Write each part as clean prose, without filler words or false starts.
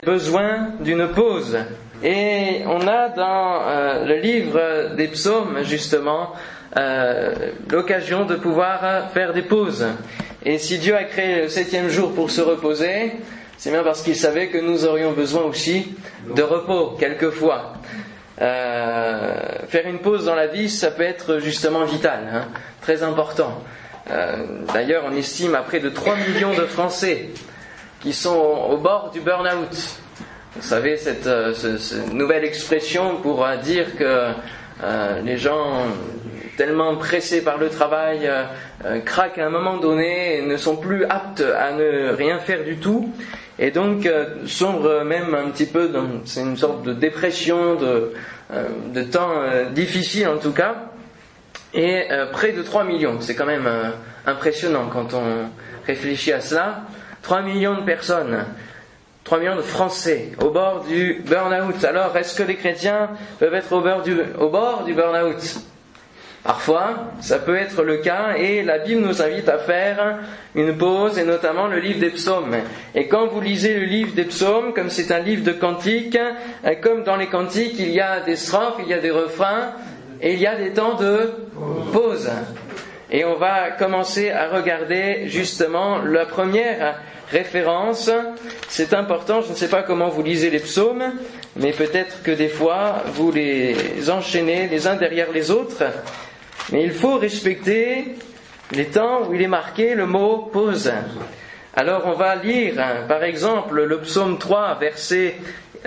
besoin d'une pause. Et on a dans le livre des psaumes, justement, l'occasion de pouvoir faire des pauses. Et si Dieu a créé le 7e jour pour se reposer, c'est bien parce qu'il savait que nous aurions besoin aussi de repos, quelquefois. Faire une pause dans la vie, ça peut être justement vital, très important. D'ailleurs, on estime à près de 3 millions de Français qui sont au bord du burn-out. Vous savez, cette nouvelle expression pour dire que les gens tellement pressés par le travail craquent à un moment donné et ne sont plus aptes à ne rien faire du tout, et donc sombrent même un petit peu c'est une sorte de dépression, de temps difficile en tout cas, et près de 3 millions, c'est quand même impressionnant quand on réfléchit à cela. 3 millions de personnes, 3 millions de Français au bord du burn-out. Alors, est-ce que les chrétiens peuvent être au bord du burn-out ? Parfois, ça peut être le cas, et la Bible nous invite à faire une pause, et notamment le livre des psaumes. Et quand vous lisez le livre des psaumes, comme c'est un livre de cantiques, comme dans les cantiques, il y a des strophes, il y a des refrains, et il y a des temps de pause. Et on va commencer à regarder justement la première référence. C'est important, je ne sais pas comment vous lisez les psaumes, mais peut-être que des fois vous les enchaînez les uns derrière les autres. Mais il faut respecter les temps où il est marqué le mot pause. Alors on va lire par exemple le psaume 3, verset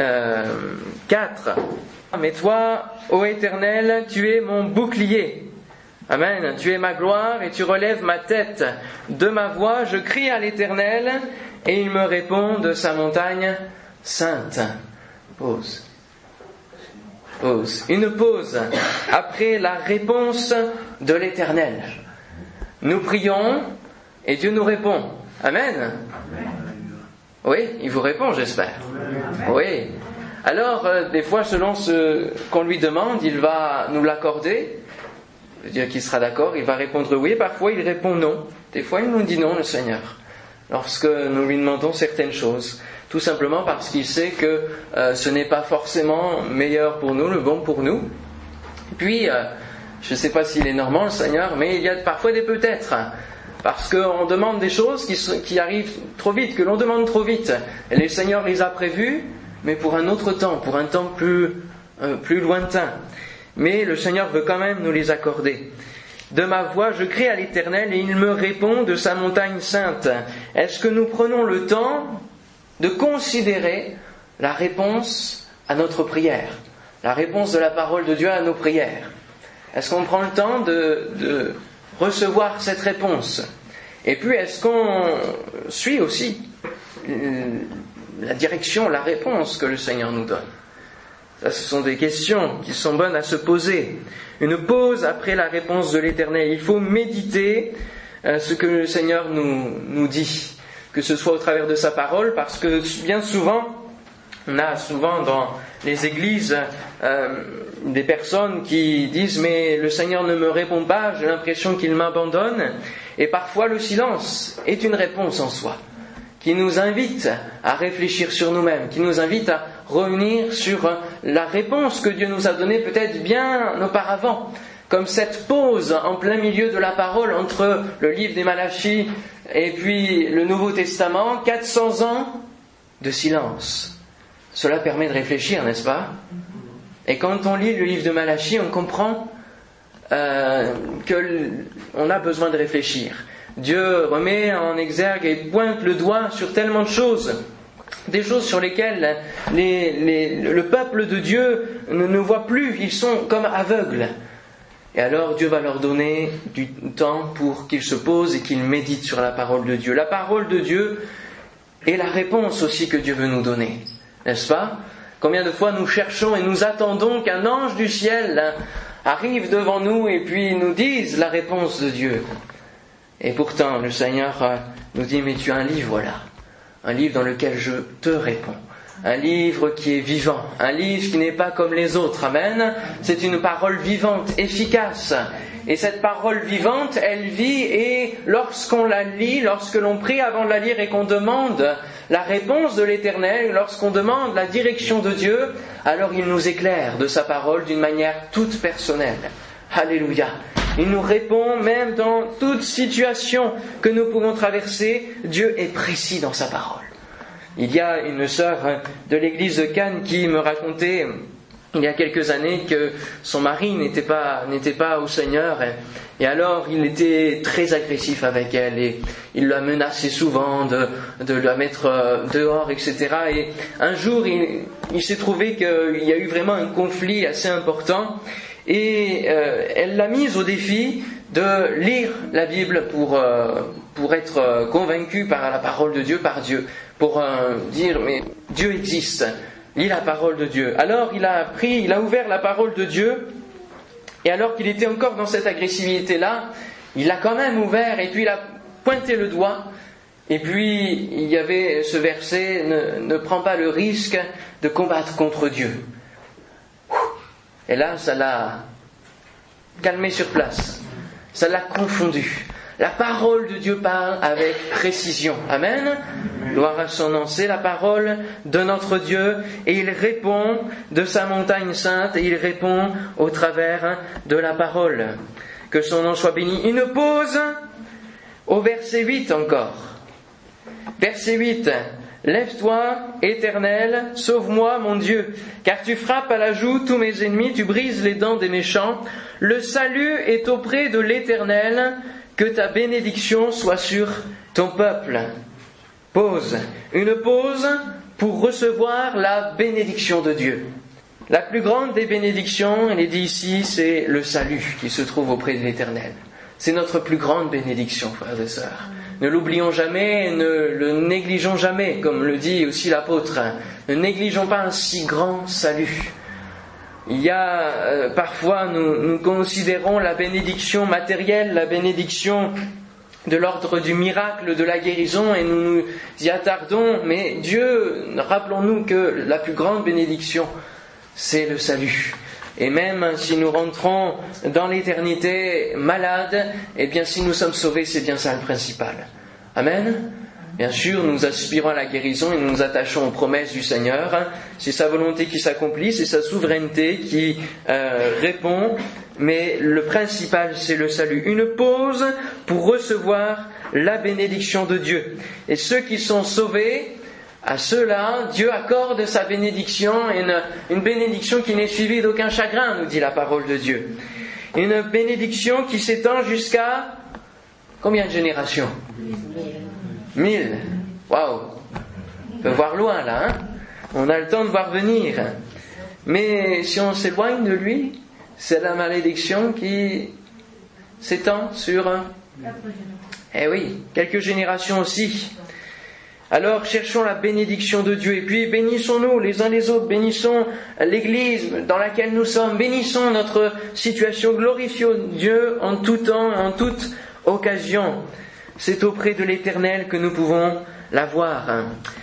4. Mais toi, ô Éternel, tu es mon bouclier. Amen. Tu es ma gloire et tu relèves ma tête. De ma voix, je crie à l'Éternel et il me répond de sa montagne sainte. Pause. Pause. Une pause après la réponse de l'Éternel. Nous prions et Dieu nous répond. Amen. Oui, il vous répond, j'espère. Oui. Alors, des fois, selon ce qu'on lui demande, il va nous l'accorder. Dire qu'il sera d'accord, il va répondre oui, parfois il répond non. Des fois il nous dit non, le Seigneur, lorsque nous lui demandons certaines choses. Tout simplement parce qu'il sait que ce n'est pas forcément meilleur pour nous, le bon pour nous. Puis, je ne sais pas s'il est normand, le Seigneur, mais il y a parfois des peut-être. Parce qu'on demande des choses qui arrivent trop vite, que l'on demande trop vite. Et le Seigneur les a prévues, mais pour un autre temps, pour un temps plus lointain. Mais le Seigneur veut quand même nous les accorder. De ma voix, je crie à l'Éternel et il me répond de sa montagne sainte. Est-ce que nous prenons le temps de considérer la réponse à notre prière, la réponse de la parole de Dieu à nos prières? Est-ce qu'on prend le temps de recevoir cette réponse? Et puis, est-ce qu'on suit aussi la direction, la réponse que le Seigneur nous donne? Ça, ce sont des questions qui sont bonnes à se poser. Une pause après la réponse de l'Éternel. Il faut méditer ce que le Seigneur nous dit, que ce soit au travers de sa parole, parce que bien souvent, on a souvent dans les églises des personnes qui disent « mais le Seigneur ne me répond pas, j'ai l'impression qu'il m'abandonne ». Et parfois le silence est une réponse en soi, qui nous invite à réfléchir sur nous-mêmes, qui nous invite à revenir sur la réponse que Dieu nous a donnée peut-être bien auparavant, comme cette pause en plein milieu de la parole entre le livre des Malachie et puis le Nouveau Testament, 400 ans de silence. Cela permet de réfléchir, n'est-ce pas? Et quand on lit le livre de Malachie, on comprend qu'on a besoin de réfléchir. Dieu remet en exergue et pointe le doigt sur tellement de choses, des choses sur lesquelles le peuple de Dieu ne voit plus, ils sont comme aveugles. Et alors Dieu va leur donner du temps pour qu'ils se posent et qu'ils méditent sur la parole de Dieu. La parole de Dieu est la réponse aussi que Dieu veut nous donner, n'est-ce pas? Combien de fois nous cherchons et nous attendons qu'un ange du ciel arrive devant nous et puis nous dise la réponse de Dieu. Et pourtant, le Seigneur nous dit, mais tu as un livre là, un livre dans lequel je te réponds, un livre qui est vivant, un livre qui n'est pas comme les autres, amen. C'est une parole vivante, efficace. Et cette parole vivante, elle vit, et lorsqu'on la lit, lorsque l'on prie avant de la lire et qu'on demande la réponse de l'Éternel, lorsqu'on demande la direction de Dieu, alors il nous éclaire de sa parole d'une manière toute personnelle. Alléluia. Il nous répond même dans toute situation que nous pouvons traverser. Dieu est précis dans sa parole. Il y a une sœur de l'église de Cannes qui me racontait il y a quelques années que son mari n'était pas au Seigneur, et alors il était très agressif avec elle et il la menaçait souvent de la mettre dehors, etc. Et un jour il s'est trouvé qu'il y a eu vraiment un conflit assez important et elle l'a mise au défi de lire la Bible pour être convaincue par la parole de Dieu, par Dieu, pour dire mais Dieu existe. Lis la parole de Dieu. Alors il a ouvert la parole de Dieu, et alors qu'il était encore dans cette agressivité-là, il l'a quand même ouvert, et puis il a pointé le doigt, et puis il y avait ce verset, ne prends pas le risque de combattre contre Dieu. Et là, ça l'a calmé sur place, ça l'a confondu. La parole de Dieu parle avec précision. Amen. Gloire à son nom. C'est la parole de notre Dieu et il répond de sa montagne sainte et il répond au travers de la parole. Que son nom soit béni. Une pause au verset 8 encore. Verset 8. Lève-toi, Éternel, sauve-moi, mon Dieu, car tu frappes à la joue tous mes ennemis, tu brises les dents des méchants. Le salut est auprès de l'Éternel. Que ta bénédiction soit sur ton peuple. Pause. Une pause pour recevoir la bénédiction de Dieu. La plus grande des bénédictions, elle est dit ici, c'est le salut qui se trouve auprès de l'Éternel. C'est notre plus grande bénédiction, frères et sœurs. Ne l'oublions jamais, ne le négligeons jamais, comme le dit aussi l'apôtre. Ne négligeons pas un si grand salut. Il y a parfois, nous considérons la bénédiction matérielle, la bénédiction de l'ordre du miracle, de la guérison, et nous nous y attardons. Mais Dieu, rappelons-nous que la plus grande bénédiction, c'est le salut. Et même si nous rentrons dans l'éternité malades, eh bien si nous sommes sauvés, c'est bien ça le principal. Amen. Bien sûr, nous aspirons à la guérison et nous nous attachons aux promesses du Seigneur. C'est sa volonté qui s'accomplit, c'est sa souveraineté qui répond, mais le principal, c'est le salut. Une pause pour recevoir la bénédiction de Dieu. Et ceux qui sont sauvés, à ceux-là, Dieu accorde sa bénédiction, une bénédiction qui n'est suivie d'aucun chagrin, nous dit la parole de Dieu. Une bénédiction qui s'étend jusqu'à combien de générations ? 1000. Waouh! On peut voir loin là, hein? On a le temps de voir venir. Mais si on s'éloigne de lui, c'est la malédiction qui s'étend sur... Eh oui, quelques générations aussi. Alors cherchons la bénédiction de Dieu et puis bénissons-nous les uns les autres, bénissons l'Église dans laquelle nous sommes, bénissons notre situation, glorifions Dieu en tout temps, en toute occasion. C'est auprès de l'Éternel que nous pouvons l'avoir.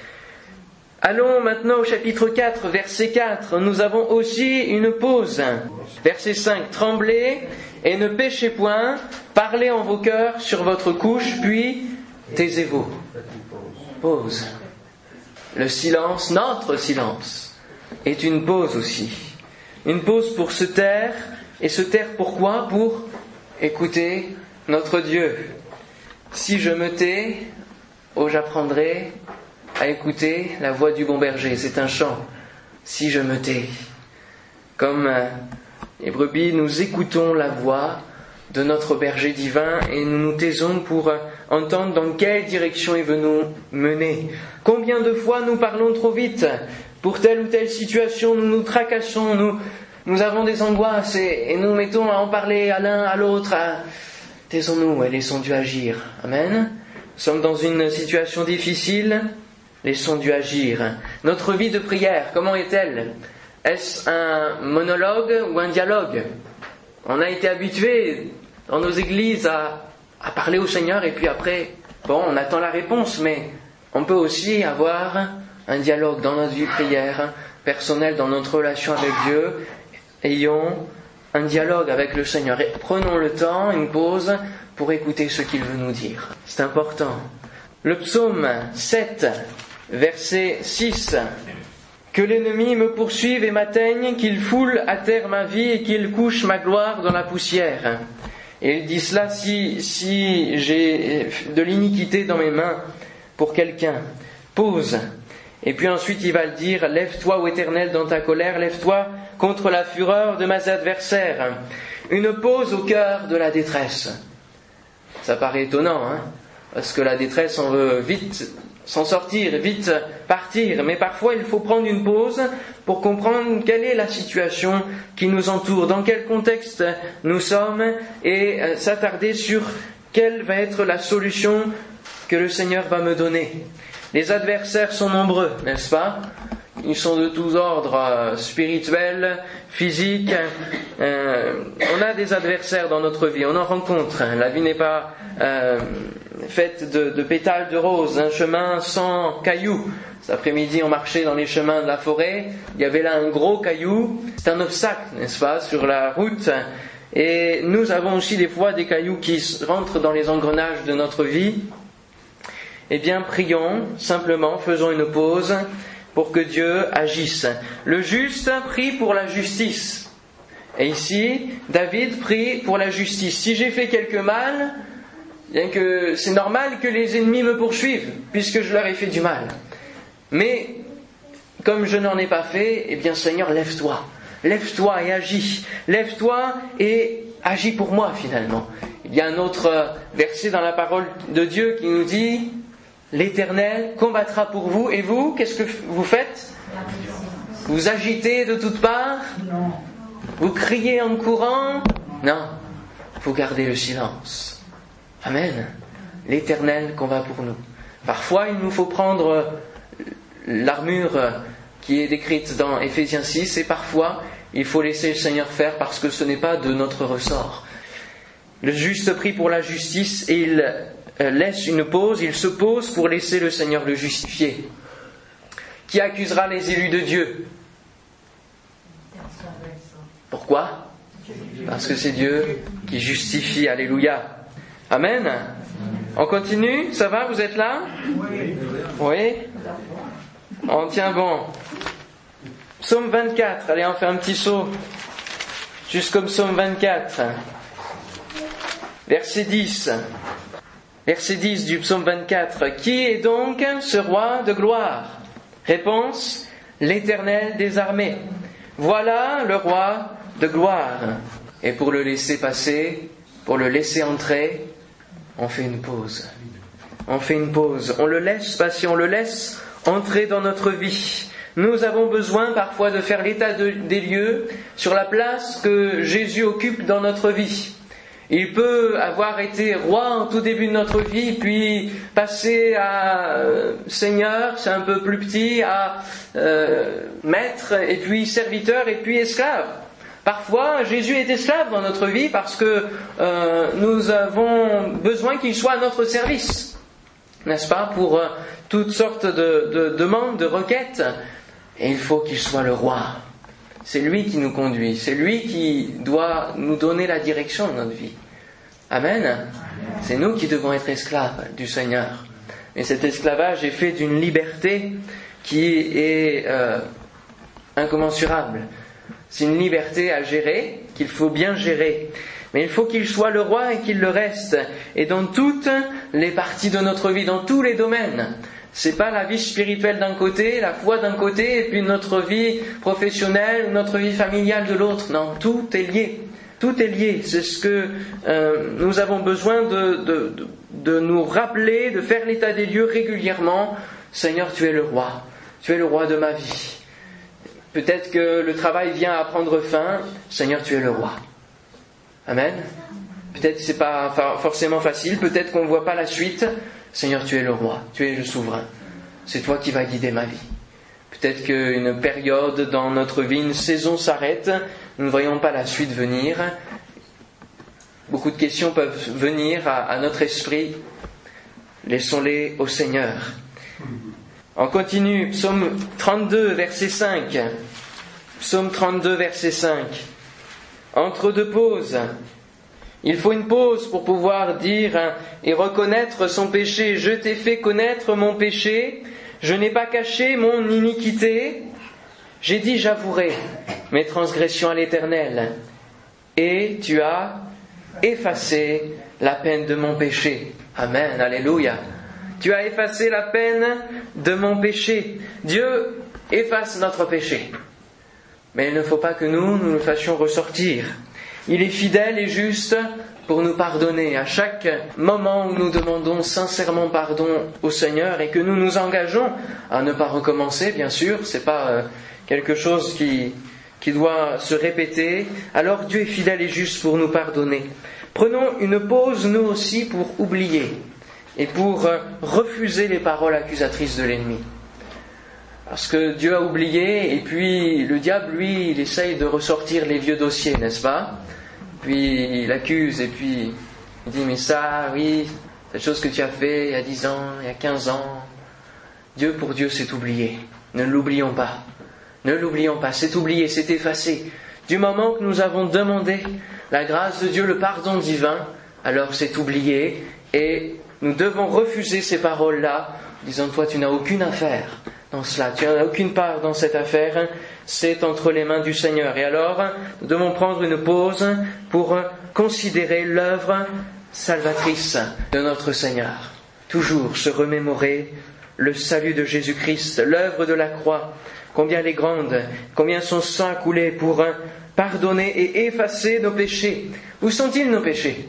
Allons maintenant au chapitre 4, verset 4. Nous avons aussi une pause. Verset 5. Tremblez et ne péchez point, parlez en vos cœurs sur votre couche, puis taisez-vous. Pause. Le silence, notre silence, est une pause aussi. Une pause pour se taire. Et se taire pourquoi ? Pour écouter notre Dieu. Si je me tais, j'apprendrai à écouter la voix du bon berger. C'est un chant. Si je me tais. Comme les brebis, nous écoutons la voix de notre berger divin et nous nous taisons pour entendre dans quelle direction il veut nous mener. Combien de fois nous parlons trop vite pour telle ou telle situation, nous nous tracassons, nous avons des angoisses et nous mettons à en parler à l'un, à l'autre. Taisons-nous et laissons Dieu agir. Amen. Nous sommes dans une situation difficile, laissons Dieu agir. Notre vie de prière, comment est-elle ? Est-ce un monologue ou un dialogue ? On a été habitués dans nos églises à parler au Seigneur et puis après, on attend la réponse, mais on peut aussi avoir un dialogue dans notre vie de prière personnelle, dans notre relation avec Dieu. Ayons un dialogue avec le Seigneur et prenons le temps, une pause, pour écouter ce qu'il veut nous dire. C'est important. Le psaume 7, Verset 6. Que l'ennemi me poursuive et m'atteigne, qu'il foule à terre ma vie et qu'il couche ma gloire dans la poussière. Et il dit cela si j'ai de l'iniquité dans mes mains pour quelqu'un. Pause. Et puis ensuite il va le dire, lève-toi ô Éternel dans ta colère, lève-toi contre la fureur de mes adversaires. Une pause au cœur de la détresse. Ça paraît étonnant, parce que la détresse, on veut vite s'en sortir, vite partir. Mais parfois, il faut prendre une pause pour comprendre quelle est la situation qui nous entoure, dans quel contexte nous sommes, et s'attarder sur quelle va être la solution que le Seigneur va me donner. Les adversaires sont nombreux, n'est-ce pas ? Ils sont de tous ordres, spirituels, physiques. On a des adversaires dans notre vie, on en rencontre. La vie n'est pas faite de pétales de rose, un chemin sans cailloux. Cet après-midi, on marchait dans les chemins de la forêt. Il y avait là un gros caillou. C'est un obstacle, n'est-ce pas, sur la route. Et nous avons aussi des fois des cailloux qui rentrent dans les engrenages de notre vie. Eh bien, prions, simplement, faisons une pause pour que Dieu agisse. Le juste prie pour la justice. Et ici, David prie pour la justice. Si j'ai fait quelque mal, bien que c'est normal que les ennemis me poursuivent, puisque je leur ai fait du mal. Mais, comme je n'en ai pas fait, eh bien Seigneur, lève-toi. Lève-toi et agis. Lève-toi et agis pour moi, finalement. Il y a un autre verset dans la parole de Dieu qui nous dit... L'Éternel combattra pour vous, et vous, qu'est-ce que vous faites ? Vous agitez de toutes parts ? Non. Vous criez en courant ? Non. Vous gardez le silence. Amen. L'Éternel combat pour nous. Parfois, il nous faut prendre l'armure qui est décrite dans Éphésiens 6, et parfois, il faut laisser le Seigneur faire parce que ce n'est pas de notre ressort. Le juste prie pour la justice, et il laisse une pause, il se pose pour laisser le Seigneur le justifier. Qui accusera les élus de Dieu ? Pourquoi ? Parce que c'est Dieu qui justifie. Alléluia. Amen. On continue ? Ça va ? Vous êtes là ? Oui. On tient bon. Psaume 24. Allez, on fait un petit saut jusqu'au psaume 24. Verset 10. Verset 10 du psaume 24. Qui est donc ce roi de gloire ? Réponse, l'Éternel des armées. Voilà le roi de gloire. Et pour le laisser passer, pour le laisser entrer, on fait une pause. On fait une pause. On le laisse passer, on le laisse entrer dans notre vie. Nous avons besoin parfois de faire l'état des lieux sur la place que Jésus occupe dans notre vie. Il peut avoir été roi en tout début de notre vie, puis passer à Seigneur, c'est un peu plus petit, à maître, et puis serviteur, et puis esclave. Parfois, Jésus est esclave dans notre vie parce que nous avons besoin qu'il soit à notre service, n'est-ce pas, pour toutes sortes de demandes, de requêtes. Et il faut qu'il soit le roi. C'est lui qui nous conduit, c'est lui qui doit nous donner la direction de notre vie. Amen. C'est nous qui devons être esclaves du Seigneur. Et cet esclavage est fait d'une liberté qui est incommensurable. C'est une liberté à gérer, qu'il faut bien gérer. Mais il faut qu'il soit le roi et qu'il le reste. Et dans toutes les parties de notre vie, dans tous les domaines. C'est pas la vie spirituelle d'un côté, la foi d'un côté, et puis notre vie professionnelle, notre vie familiale de l'autre. Non, tout est lié. Tout est lié. C'est ce que nous avons besoin de nous rappeler, de faire l'état des lieux régulièrement. Seigneur, tu es le roi. Tu es le roi de ma vie. Peut-être que le travail vient à prendre fin. Seigneur, tu es le roi. Amen. Peut-être que c'est pas forcément facile. Peut-être qu'on ne voit pas la suite. Seigneur, tu es le roi, tu es le souverain. C'est toi qui vas guider ma vie. Peut-être qu'une période dans notre vie, une saison s'arrête, nous ne voyons pas la suite venir. Beaucoup de questions peuvent venir à notre esprit. Laissons-les au Seigneur. On continue, psaume 32, verset 5. Psaume 32, verset 5. Entre deux pauses. Il faut une pause pour pouvoir dire et reconnaître son péché. Je t'ai fait connaître mon péché. Je n'ai pas caché mon iniquité. J'ai dit, j'avouerai mes transgressions à l'Éternel. Et tu as effacé la peine de mon péché. Amen, alléluia. Tu as effacé la peine de mon péché. Dieu efface notre péché. Mais il ne faut pas que nous le fassions ressortir. Il est fidèle et juste pour nous pardonner à chaque moment où nous demandons sincèrement pardon au Seigneur et que nous nous engageons à ne pas recommencer, bien sûr, c'est pas quelque chose qui doit se répéter. Alors Dieu est fidèle et juste pour nous pardonner. Prenons une pause, nous aussi, pour oublier et pour refuser les paroles accusatrices de l'ennemi. Parce que Dieu a oublié, et puis le diable, lui, il essaye de ressortir les vieux dossiers, n'est-ce pas? Puis il accuse, et puis il dit, mais ça, oui, cette chose que tu as fait il y a 10 ans, il y a 15 ans, pour Dieu, c'est oublié. Ne l'oublions pas. Ne l'oublions pas, c'est oublié, c'est effacé. Du moment que nous avons demandé la grâce de Dieu, le pardon divin, alors c'est oublié, et nous devons refuser ces paroles-là, disant, toi, tu n'as aucune affaire dans cela, tu n'as aucune part dans cette affaire, c'est entre les mains du Seigneur. Et alors, nous devons prendre une pause pour considérer l'œuvre salvatrice de notre Seigneur. Toujours se remémorer le salut de Jésus-Christ, l'œuvre de la croix, combien elle est grande, combien son sang a coulé pour pardonner et effacer nos péchés. Où sont-ils nos péchés?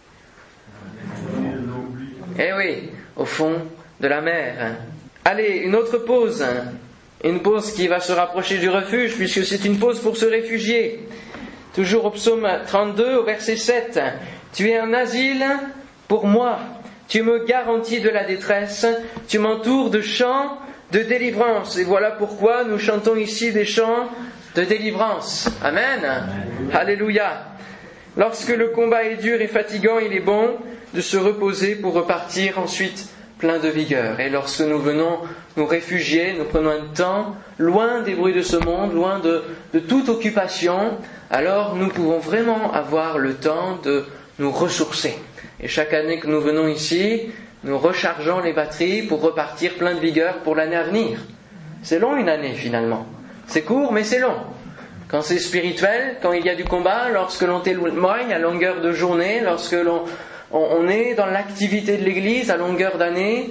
Eh oui, au fond de la mer. Allez, une autre pause. Une pause qui va se rapprocher du refuge, puisque c'est une pause pour se réfugier. Toujours au psaume 32, au verset 7. Tu es un asile pour moi. Tu me garantis de la détresse. Tu m'entoures de chants de délivrance. Et voilà pourquoi nous chantons ici des chants de délivrance. Amen. Alléluia. Lorsque le combat est dur et fatigant, il est bon de se reposer pour repartir ensuite plein de vigueur. Et lorsque nous venons nous réfugier, nous prenons un temps loin des bruits de ce monde, loin de toute occupation, alors nous pouvons vraiment avoir le temps de nous ressourcer. Et chaque année que nous venons ici, nous rechargeons les batteries pour repartir plein de vigueur pour l'année à venir. C'est long une année finalement. C'est court mais c'est long. Quand c'est spirituel, quand il y a du combat, lorsque l'on témoigne à longueur de journée, lorsque on est dans l'activité de l'Église à longueur d'année,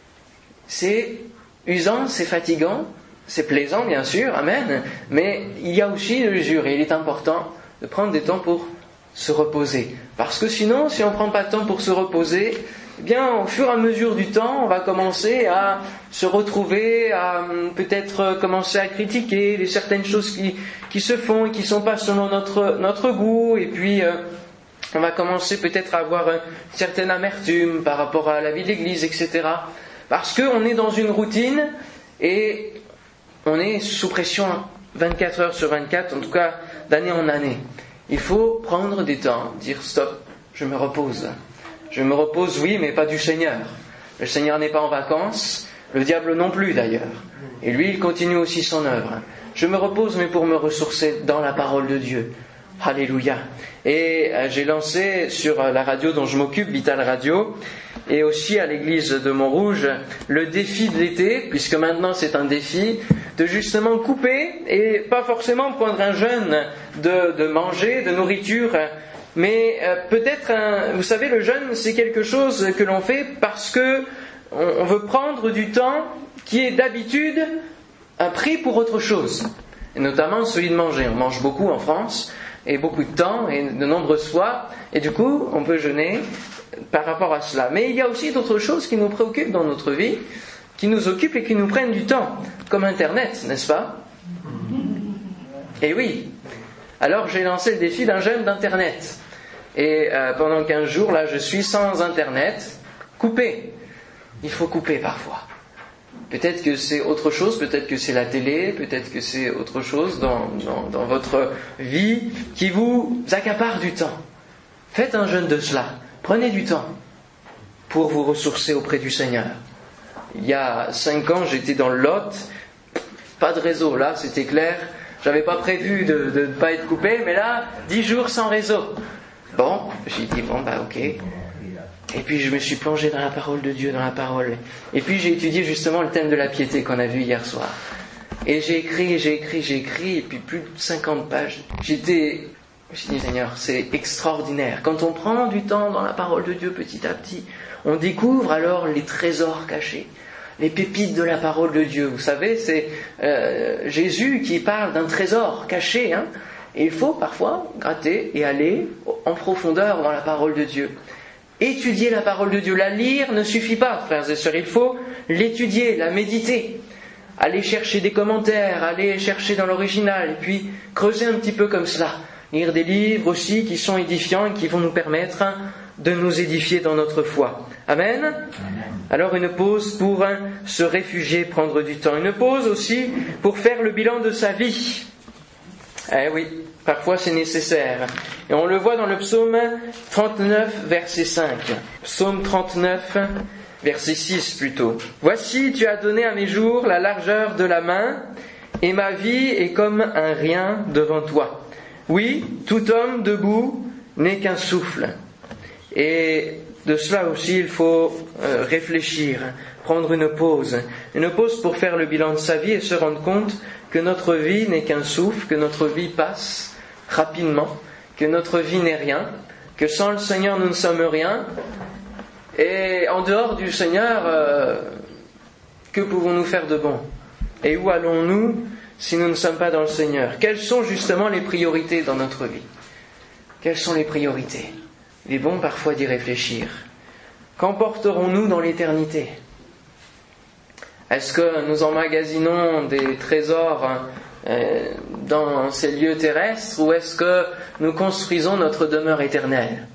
c'est usant, c'est fatigant, c'est plaisant bien sûr, amen, mais il y a aussi de l'usure et il est important de prendre des temps pour se reposer. Parce que sinon, si on ne prend pas de temps pour se reposer, eh bien, au fur et à mesure du temps, on va commencer à se retrouver, à peut-être commencer à critiquer certaines choses qui se font et qui ne sont pas selon notre goût, et puis on va commencer peut-être à avoir une certaine amertume par rapport à la vie de l'Église, etc. Parce qu'on est dans une routine et on est sous pression 24 heures sur 24, en tout cas d'année en année. Il faut prendre des temps, dire stop, je me repose. Je me repose, oui, mais pas du Seigneur. Le Seigneur n'est pas en vacances, le diable non plus d'ailleurs. Et lui, il continue aussi son œuvre. Je me repose, mais pour me ressourcer dans la parole de Dieu. Alléluia. Et j'ai lancé sur la radio dont je m'occupe, Vital Radio, et aussi à l'église de Montrouge, le défi de l'été, puisque maintenant c'est un défi, de justement couper, et pas forcément prendre un jeûne de manger, de nourriture, mais peut-être, vous savez, le jeûne c'est quelque chose que l'on fait parce que on veut prendre du temps qui est d'habitude pris pour autre chose, et notamment celui de manger. On mange beaucoup en France, et beaucoup de temps, et de nombreuses fois, et du coup, on peut jeûner par rapport à cela. Mais il y a aussi d'autres choses qui nous préoccupent dans notre vie, qui nous occupent et qui nous prennent du temps, comme Internet, n'est-ce pas? Et oui. Alors j'ai lancé le défi d'un jeûne d'Internet. Et pendant 15 jours, là, je suis sans Internet, coupé. Il faut couper parfois. Peut-être que c'est autre chose, peut-être que c'est la télé, peut-être que c'est autre chose dans votre vie qui vous accapare du temps. Faites un jeûne de cela. Prenez du temps pour vous ressourcer auprès du Seigneur. Il y a 5 ans, j'étais dans le Lot, pas de réseau, là c'était clair. J'avais pas prévu de ne pas être coupé, mais là, 10 jours sans réseau. Bon, j'ai dit, ok. Et puis je me suis plongé dans la parole de Dieu, dans la parole. Et puis j'ai étudié justement le thème de la piété qu'on a vu hier soir. Et j'ai écrit, et puis plus de 50 pages. Je me suis dit, Seigneur, c'est extraordinaire. Quand on prend du temps dans la parole de Dieu petit à petit, on découvre alors les trésors cachés, les pépites de la parole de Dieu. Vous savez, c'est Jésus qui parle d'un trésor caché, hein. Et il faut parfois gratter et aller en profondeur dans la parole de Dieu. Étudier la parole de Dieu, la lire ne suffit pas, frères et sœurs, il faut l'étudier, la méditer, aller chercher des commentaires, aller chercher dans l'original, et puis creuser un petit peu comme cela, lire des livres aussi qui sont édifiants et qui vont nous permettre de nous édifier dans notre foi. Amen. Amen. Alors une pause pour se réfugier, prendre du temps, une pause aussi pour faire le bilan de sa vie. Eh oui, parfois c'est nécessaire. Et on le voit dans le psaume 39, verset 5. Psaume 39, verset 6 plutôt. « Voici, tu as donné à mes jours la largeur de la main, et ma vie est comme un rien devant toi. Oui, tout homme debout n'est qu'un souffle. » Et de cela aussi, il faut réfléchir, prendre une pause pour faire le bilan de sa vie et se rendre compte que notre vie n'est qu'un souffle, que notre vie passe rapidement, que notre vie n'est rien, que sans le Seigneur nous ne sommes rien, et en dehors du Seigneur, que pouvons-nous faire de bon? Et où allons-nous si nous ne sommes pas dans le Seigneur? Quelles sont justement les priorités dans notre vie? Quelles sont les priorités? Il est bon parfois d'y réfléchir. Qu'emporterons-nous dans l'éternité? Est-ce que nous emmagasinons des trésors dans ces lieux terrestres, ou est-ce que nous construisons notre demeure éternelle?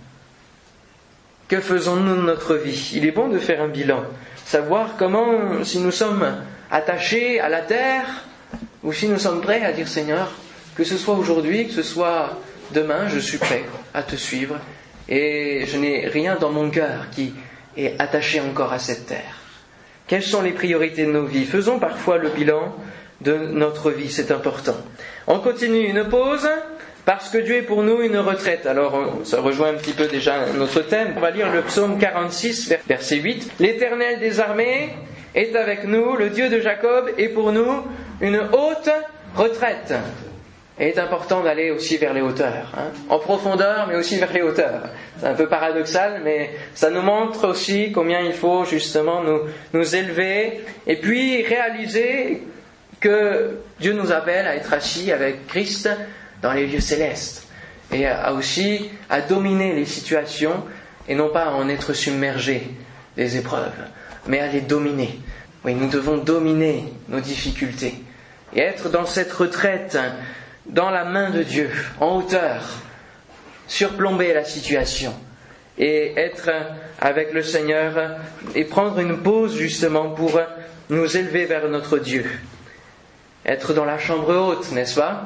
Que faisons-nous de notre vie? Il est bon de faire un bilan, savoir comment, si nous sommes attachés à la terre, ou si nous sommes prêts à dire Seigneur, que ce soit aujourd'hui, que ce soit demain, je suis prêt à te suivre, et je n'ai rien dans mon cœur qui est attaché encore à cette terre. Quelles sont les priorités de nos vies? Faisons parfois le bilan de notre vie, c'est important. On continue, une pause, parce que Dieu est pour nous une retraite. Alors, ça rejoint un petit peu déjà notre thème. On va lire le psaume 46, verset 8. « L'Éternel des armées est avec nous, le Dieu de Jacob est pour nous une haute retraite. » Et il est important d'aller aussi vers les hauteurs, hein, en profondeur, mais aussi vers les hauteurs. C'est un peu paradoxal, mais ça nous montre aussi combien il faut justement nous élever, et puis réaliser que Dieu nous appelle à être assis avec Christ dans les lieux célestes, et aussi à dominer les situations, et non pas à en être submergé des épreuves, mais à les dominer. Oui, nous devons dominer nos difficultés, et être dans cette retraite, dans la main de Dieu, en hauteur, surplomber la situation, et être avec le Seigneur, et prendre une pause justement pour nous élever vers notre Dieu. Être dans la chambre haute, n'est-ce pas?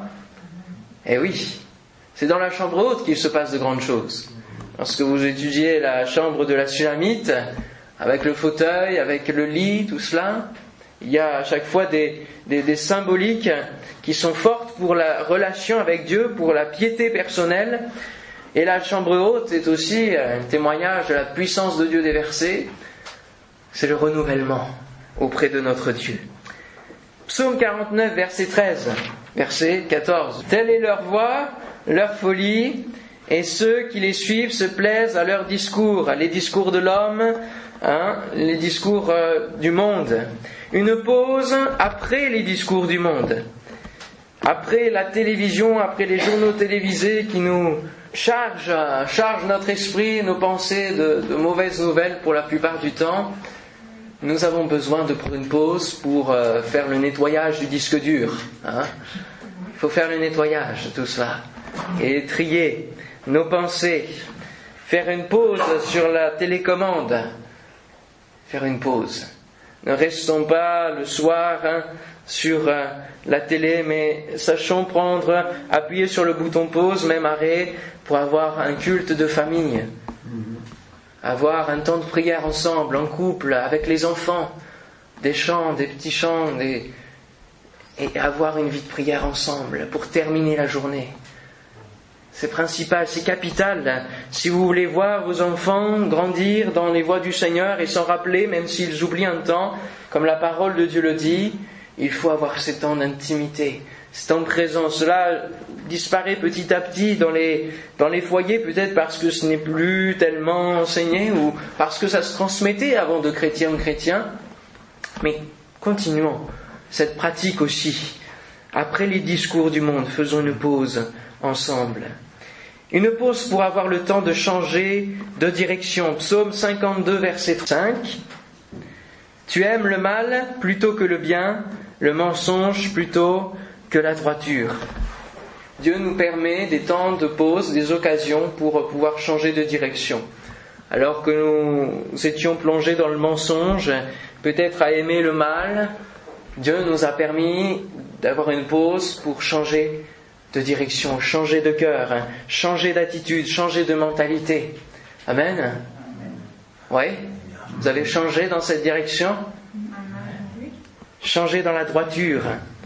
Eh oui, c'est dans la chambre haute qu'il se passe de grandes choses. Lorsque vous étudiez la chambre de la Sulamite, avec le fauteuil, avec le lit, tout cela, il y a à chaque fois des symboliques qui sont fortes pour la relation avec Dieu, pour la piété personnelle. Et la chambre haute est aussi un témoignage de la puissance de Dieu déversée. C'est le renouvellement auprès de notre Dieu. Psaume 49, verset 13, verset 14. « Telle est leur voix, leur folie, et ceux qui les suivent se plaisent à leurs discours, les discours de l'homme, les discours du monde. Une pause après les discours du monde. Après la télévision, après les journaux télévisés qui nous chargent notre esprit, nos pensées de mauvaises nouvelles pour la plupart du temps, nous avons besoin de prendre une pause pour faire le nettoyage du disque dur. Il faut faire le nettoyage de tout cela et trier nos pensées, faire une pause sur la télécommande, faire une pause. Ne restons pas le soir sur la télé, mais sachons appuyer sur le bouton pause, même arrêt, pour avoir un culte de famille, avoir un temps de prière ensemble, en couple, avec les enfants, des chants, des petits chants, et avoir une vie de prière ensemble pour terminer la journée. C'est principal, c'est capital. Si vous voulez voir vos enfants grandir dans les voies du Seigneur et s'en rappeler, même s'ils oublient un temps, comme la parole de Dieu le dit, il faut avoir ces temps d'intimité, ces temps de présence. Cela disparaît petit à petit dans les foyers, peut-être parce que ce n'est plus tellement enseigné ou parce que ça se transmettait avant de chrétien en chrétien. Mais continuons cette pratique aussi. Après les discours du monde, faisons une pause ensemble. Une pause pour avoir le temps de changer de direction. Psaume 52, verset 5. Tu aimes le mal plutôt que le bien, le mensonge plutôt que la droiture. Dieu nous permet des temps de pause, des occasions pour pouvoir changer de direction. Alors que nous étions plongés dans le mensonge, peut-être à aimer le mal, Dieu nous a permis d'avoir une pause pour changer de direction, changer de cœur, changer d'attitude, changer de mentalité. Amen. Oui? Vous avez changé dans cette direction? Changer dans la droiture.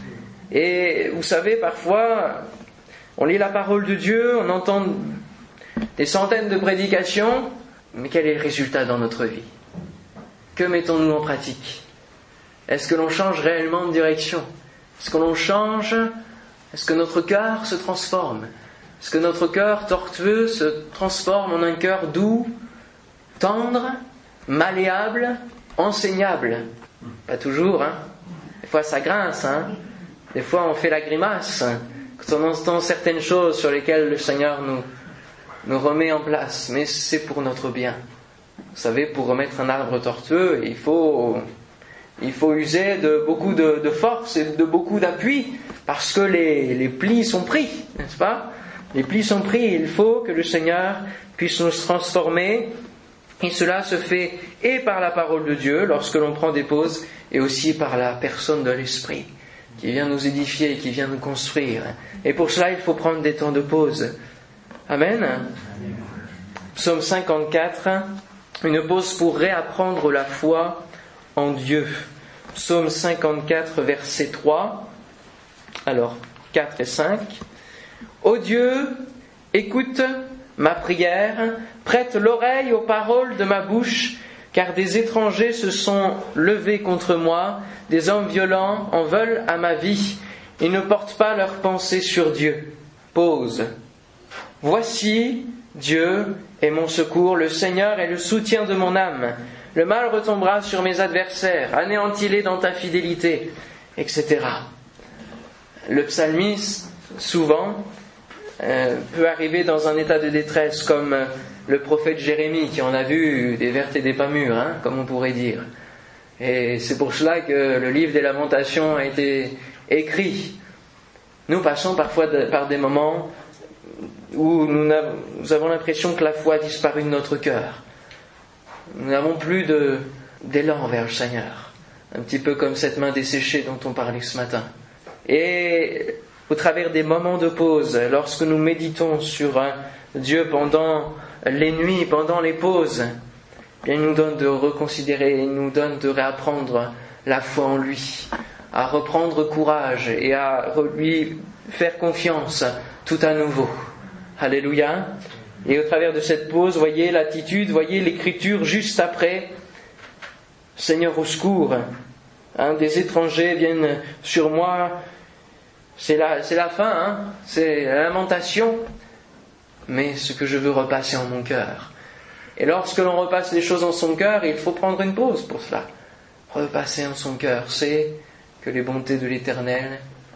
Et vous savez, parfois, on lit la parole de Dieu, on entend des centaines de prédications, mais quel est le résultat dans notre vie? Que mettons-nous en pratique? Est-ce que l'on change réellement de direction? Est-ce que l'on change? Est-ce que notre cœur se transforme? Est-ce que notre cœur tortueux se transforme en un cœur doux, tendre, malléable, enseignable? Pas toujours, hein. Des fois ça grince, hein. Des fois on fait la grimace quand on entend certaines choses sur lesquelles le Seigneur nous remet en place. Mais c'est pour notre bien. Vous savez, pour remettre un arbre tortueux, il faut user de beaucoup de force et de beaucoup d'appui, parce que les plis sont pris, n'est-ce pas? Les plis sont pris, il faut que le Seigneur puisse nous transformer, et cela se fait et par la parole de Dieu, lorsque l'on prend des pauses, et aussi par la personne de l'Esprit, qui vient nous édifier, qui vient nous construire. Et pour cela, il faut prendre des temps de pause. Amen. Psaume 54, une pause pour réapprendre la foi en Dieu. Psaume 54, verset 3. Alors, 4 et 5. Ô Dieu, écoute ma prière, prête l'oreille aux paroles de ma bouche, car des étrangers se sont levés contre moi, des hommes violents en veulent à ma vie, ils ne portent pas leurs pensées sur Dieu. Pause. Voici, Dieu est mon secours, le Seigneur est le soutien de mon âme. Le mal retombera sur mes adversaires, anéantis-les dans ta fidélité, etc. Le psalmiste, souvent, peut arriver dans un état de détresse, comme le prophète Jérémie, qui en a vu des vertes et des pas mûres, hein, comme on pourrait dire. Et c'est pour cela que le livre des Lamentations a été écrit. Nous passons parfois par des moments où nous avons l'impression que la foi a disparu de notre cœur. Nous n'avons plus d'élan vers le Seigneur. Un petit peu comme cette main desséchée dont on parlait ce matin. Et au travers des moments de pause, lorsque nous méditons sur Dieu pendant les nuits, pendant les pauses, bien, il nous donne de reconsidérer, il nous donne de réapprendre la foi en lui, à reprendre courage et à lui faire confiance tout à nouveau. Alléluia. Et au travers de cette pause, voyez l'attitude, voyez l'écriture juste après. Seigneur, au secours. Des étrangers viennent sur moi. C'est la fin, hein, c'est la lamentation. Mais ce que je veux repasser en mon cœur. Et lorsque l'on repasse les choses en son cœur, il faut prendre une pause pour cela. Repasser en son cœur, c'est que les bontés de l'Éternel.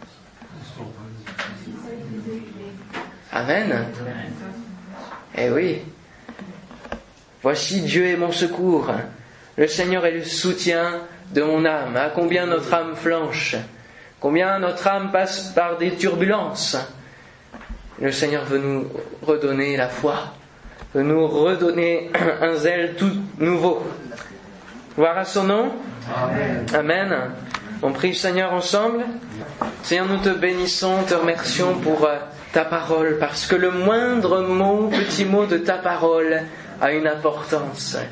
Amen. Eh oui. Voici, Dieu est mon secours. Le Seigneur est le soutien de mon âme. Ah, combien notre âme flanche. Combien notre âme passe par des turbulences. Le Seigneur veut nous redonner la foi. Veut nous redonner un zèle tout nouveau. Gloire à son nom. Amen. Amen. On prie le Seigneur ensemble. Seigneur, nous te bénissons, te remercions pour ta parole, parce que le moindre mot, petit mot de ta parole a une importance.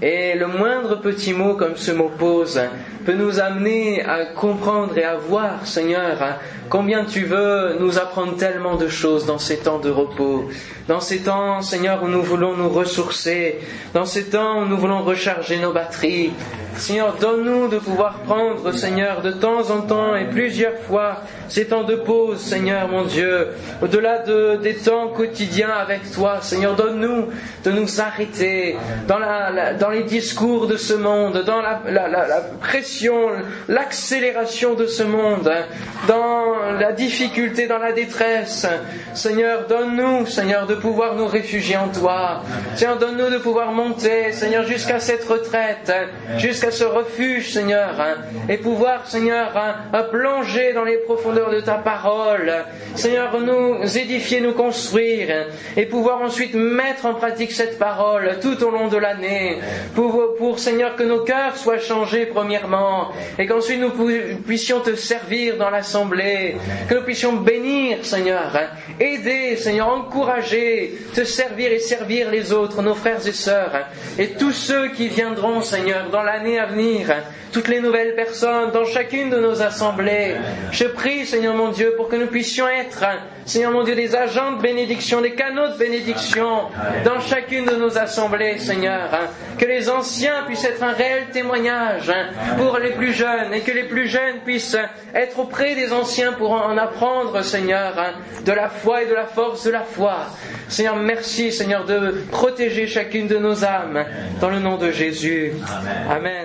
Et le moindre petit mot comme ce mot pause peut nous amener à comprendre et à voir, Seigneur, combien tu veux nous apprendre tellement de choses dans ces temps de repos, dans ces temps, Seigneur, où nous voulons nous ressourcer, dans ces temps où nous voulons recharger nos batteries. Seigneur, donne-nous de pouvoir prendre, Seigneur, de temps en temps et plusieurs fois ces temps de pause, Seigneur, mon Dieu, au-delà des temps quotidiens avec toi. Seigneur, donne-nous de nous arrêter dans les discours de ce monde, dans la pression, l'accélération de ce monde, dans la difficulté, dans la détresse. Seigneur, donne-nous, Seigneur, de pouvoir nous réfugier en toi. Seigneur, donne-nous de pouvoir monter, Seigneur, jusqu'à cette retraite, jusqu'à ce refuge, Seigneur, et pouvoir, Seigneur, plonger dans les profondeurs de ta parole. Seigneur, nous édifier, nous construire, et pouvoir ensuite mettre en pratique cette parole tout au long de l'année, pour Seigneur, que nos cœurs soient changés premièrement, et qu'ensuite nous puissions te servir dans l'assemblée, que nous puissions bénir, Seigneur, aider, Seigneur, encourager, te servir et servir les autres, nos frères et sœurs, et tous ceux qui viendront, Seigneur, dans l'année à venir, toutes les nouvelles personnes dans chacune de nos assemblées. Je prie, Seigneur mon Dieu, pour que nous puissions être, Seigneur mon Dieu, des agents de bénédiction, des canaux de bénédiction dans chacune de nos assemblées, Seigneur. Que les anciens puissent être un réel témoignage pour les plus jeunes, et que les plus jeunes puissent être auprès des anciens pour en apprendre, Seigneur, de la foi et de la force de la foi. Seigneur, merci, Seigneur, de protéger chacune de nos âmes dans le nom de Jésus. Amen.